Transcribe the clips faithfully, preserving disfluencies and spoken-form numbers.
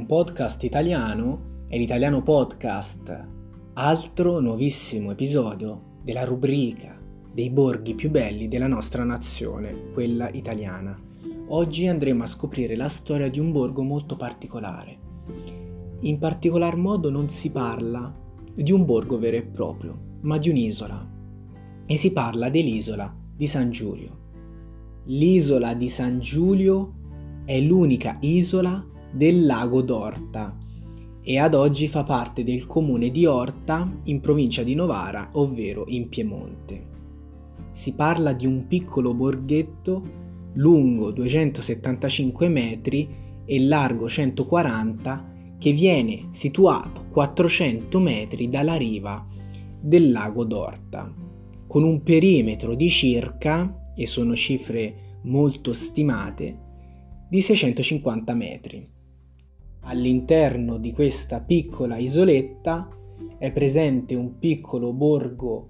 podcast italiano, è l'Italiano Podcast, altro nuovissimo episodio della rubrica dei borghi più belli della nostra nazione, quella italiana. Oggi andremo a scoprire la storia di un borgo molto particolare. In particolar modo non si parla di un borgo vero e proprio, ma di un'isola. E si parla dell'isola di San Giulio. L'isola di San Giulio è l'unica isola del lago d'Orta e ad oggi fa parte del comune di Orta in provincia di Novara, ovvero in Piemonte. Si parla di un piccolo borghetto lungo duecentosettantacinque metri e largo centoquaranta che viene situato quattrocento metri dalla riva del lago d'Orta, con un perimetro di circa, e sono cifre molto stimate, di seicentocinquanta metri. All'interno di questa piccola isoletta è presente un piccolo borgo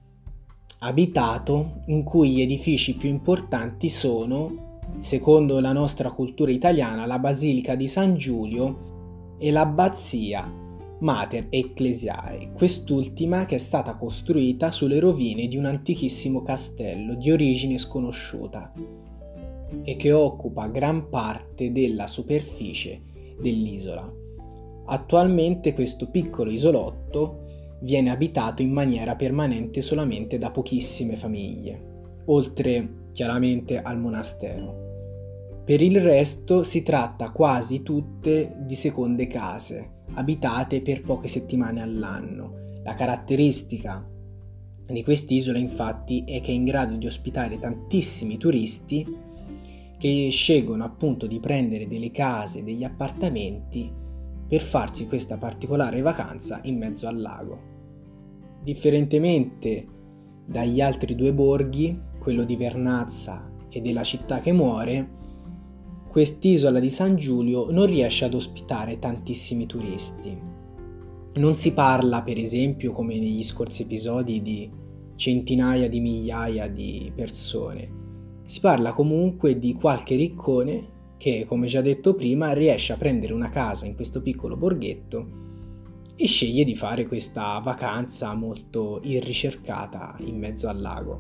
abitato in cui gli edifici più importanti sono, secondo la nostra cultura italiana, la Basilica di San Giulio e l'abbazia Mater Ecclesiae, quest'ultima che è stata costruita sulle rovine di un antichissimo castello di origine sconosciuta e che occupa gran parte della superficie dell'isola. Attualmente questo piccolo isolotto viene abitato in maniera permanente solamente da pochissime famiglie, oltre chiaramente al monastero. Per il resto si tratta quasi tutte di seconde case, abitate per poche settimane all'anno. La caratteristica di quest'isola infatti è che è in grado di ospitare tantissimi turisti che scelgono appunto di prendere delle case, degli appartamenti per farsi questa particolare vacanza in mezzo al lago. Differentemente dagli altri due borghi, quello di Vernazza e della Città che muore, quest'isola di San Giulio non riesce ad ospitare tantissimi turisti. Non si parla, per esempio, come negli scorsi episodi, di centinaia di migliaia di persone. Si parla comunque di qualche riccone che, come già detto prima, riesce a prendere una casa in questo piccolo borghetto e sceglie di fare questa vacanza molto irricercata in mezzo al lago.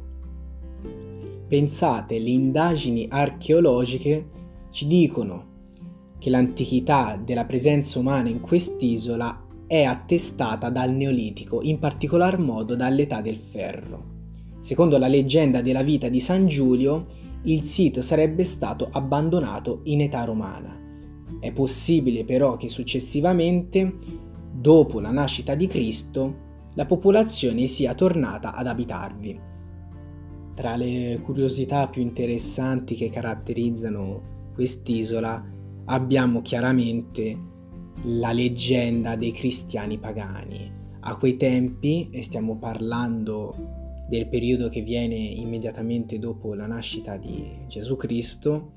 Pensate, le indagini archeologiche ci dicono che l'antichità della presenza umana in quest'isola è attestata dal Neolitico, in particolar modo dall'età del ferro. Secondo la leggenda della vita di San Giulio, il sito sarebbe stato abbandonato in età romana. È possibile però che successivamente, dopo la nascita di Cristo, la popolazione sia tornata ad abitarvi. Tra le curiosità più interessanti che caratterizzano quest'isola abbiamo chiaramente la leggenda dei cristiani pagani. A quei tempi, e stiamo parlando del periodo che viene immediatamente dopo la nascita di Gesù Cristo,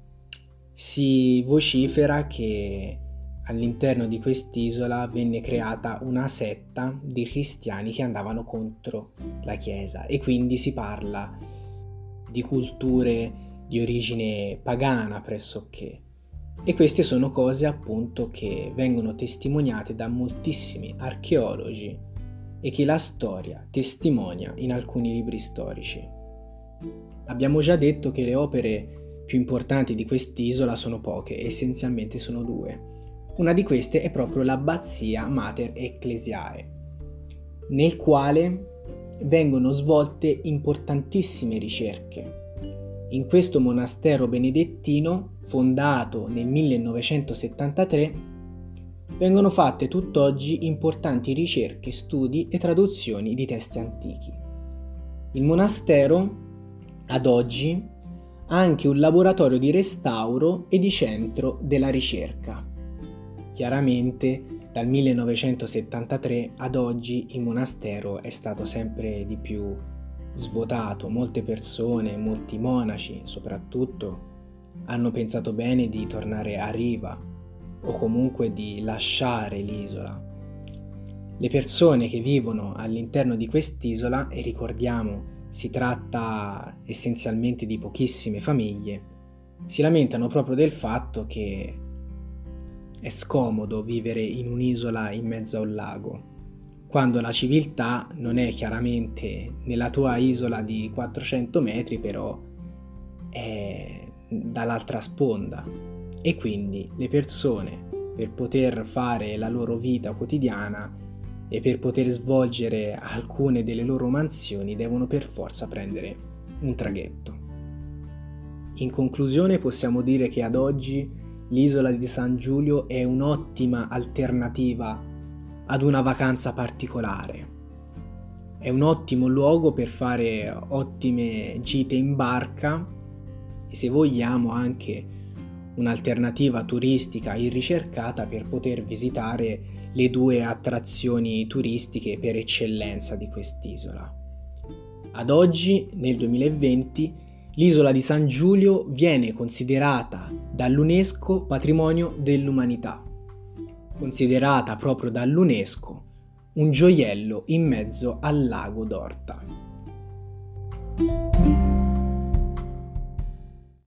si vocifera che all'interno di quest'isola venne creata una setta di cristiani che andavano contro la Chiesa e quindi si parla di culture di origine pagana pressoché. E queste sono cose appunto che vengono testimoniate da moltissimi archeologi e che la storia testimonia in alcuni libri storici. Abbiamo già detto che le opere più importanti di quest'isola sono poche, essenzialmente sono due. Una di queste è proprio l'abbazia Mater Ecclesiae, nel quale vengono svolte importantissime ricerche. In questo monastero benedettino, fondato nel millenovecentosettantatré, vengono fatte tutt'oggi importanti ricerche, studi e traduzioni di testi antichi. Il monastero, ad oggi, ha anche un laboratorio di restauro e di centro della ricerca. Chiaramente, dal millenovecentosettantatré ad oggi il monastero è stato sempre di più svuotato. Molte persone, molti monaci soprattutto, hanno pensato bene di tornare a riva o comunque di lasciare l'isola. Le persone che vivono all'interno di quest'isola, e ricordiamo si tratta essenzialmente di pochissime famiglie, si lamentano proprio del fatto che è scomodo vivere in un'isola in mezzo a un lago, quando la civiltà non è chiaramente nella tua isola di quattrocento metri, però è dall'altra sponda, e quindi le persone, per poter fare la loro vita quotidiana e per poter svolgere alcune delle loro mansioni, devono per forza prendere un traghetto. In conclusione, possiamo dire che ad oggi l'isola di San Giulio è un'ottima alternativa ad una vacanza particolare. È un ottimo luogo per fare ottime gite in barca e, se vogliamo, anche un'alternativa turistica irricercata per poter visitare le due attrazioni turistiche per eccellenza di quest'isola. Ad oggi, nel duemilaventi, l'isola di San Giulio viene considerata dall'UNESCO patrimonio dell'umanità, considerata proprio dall'UNESCO un gioiello in mezzo al lago d'Orta.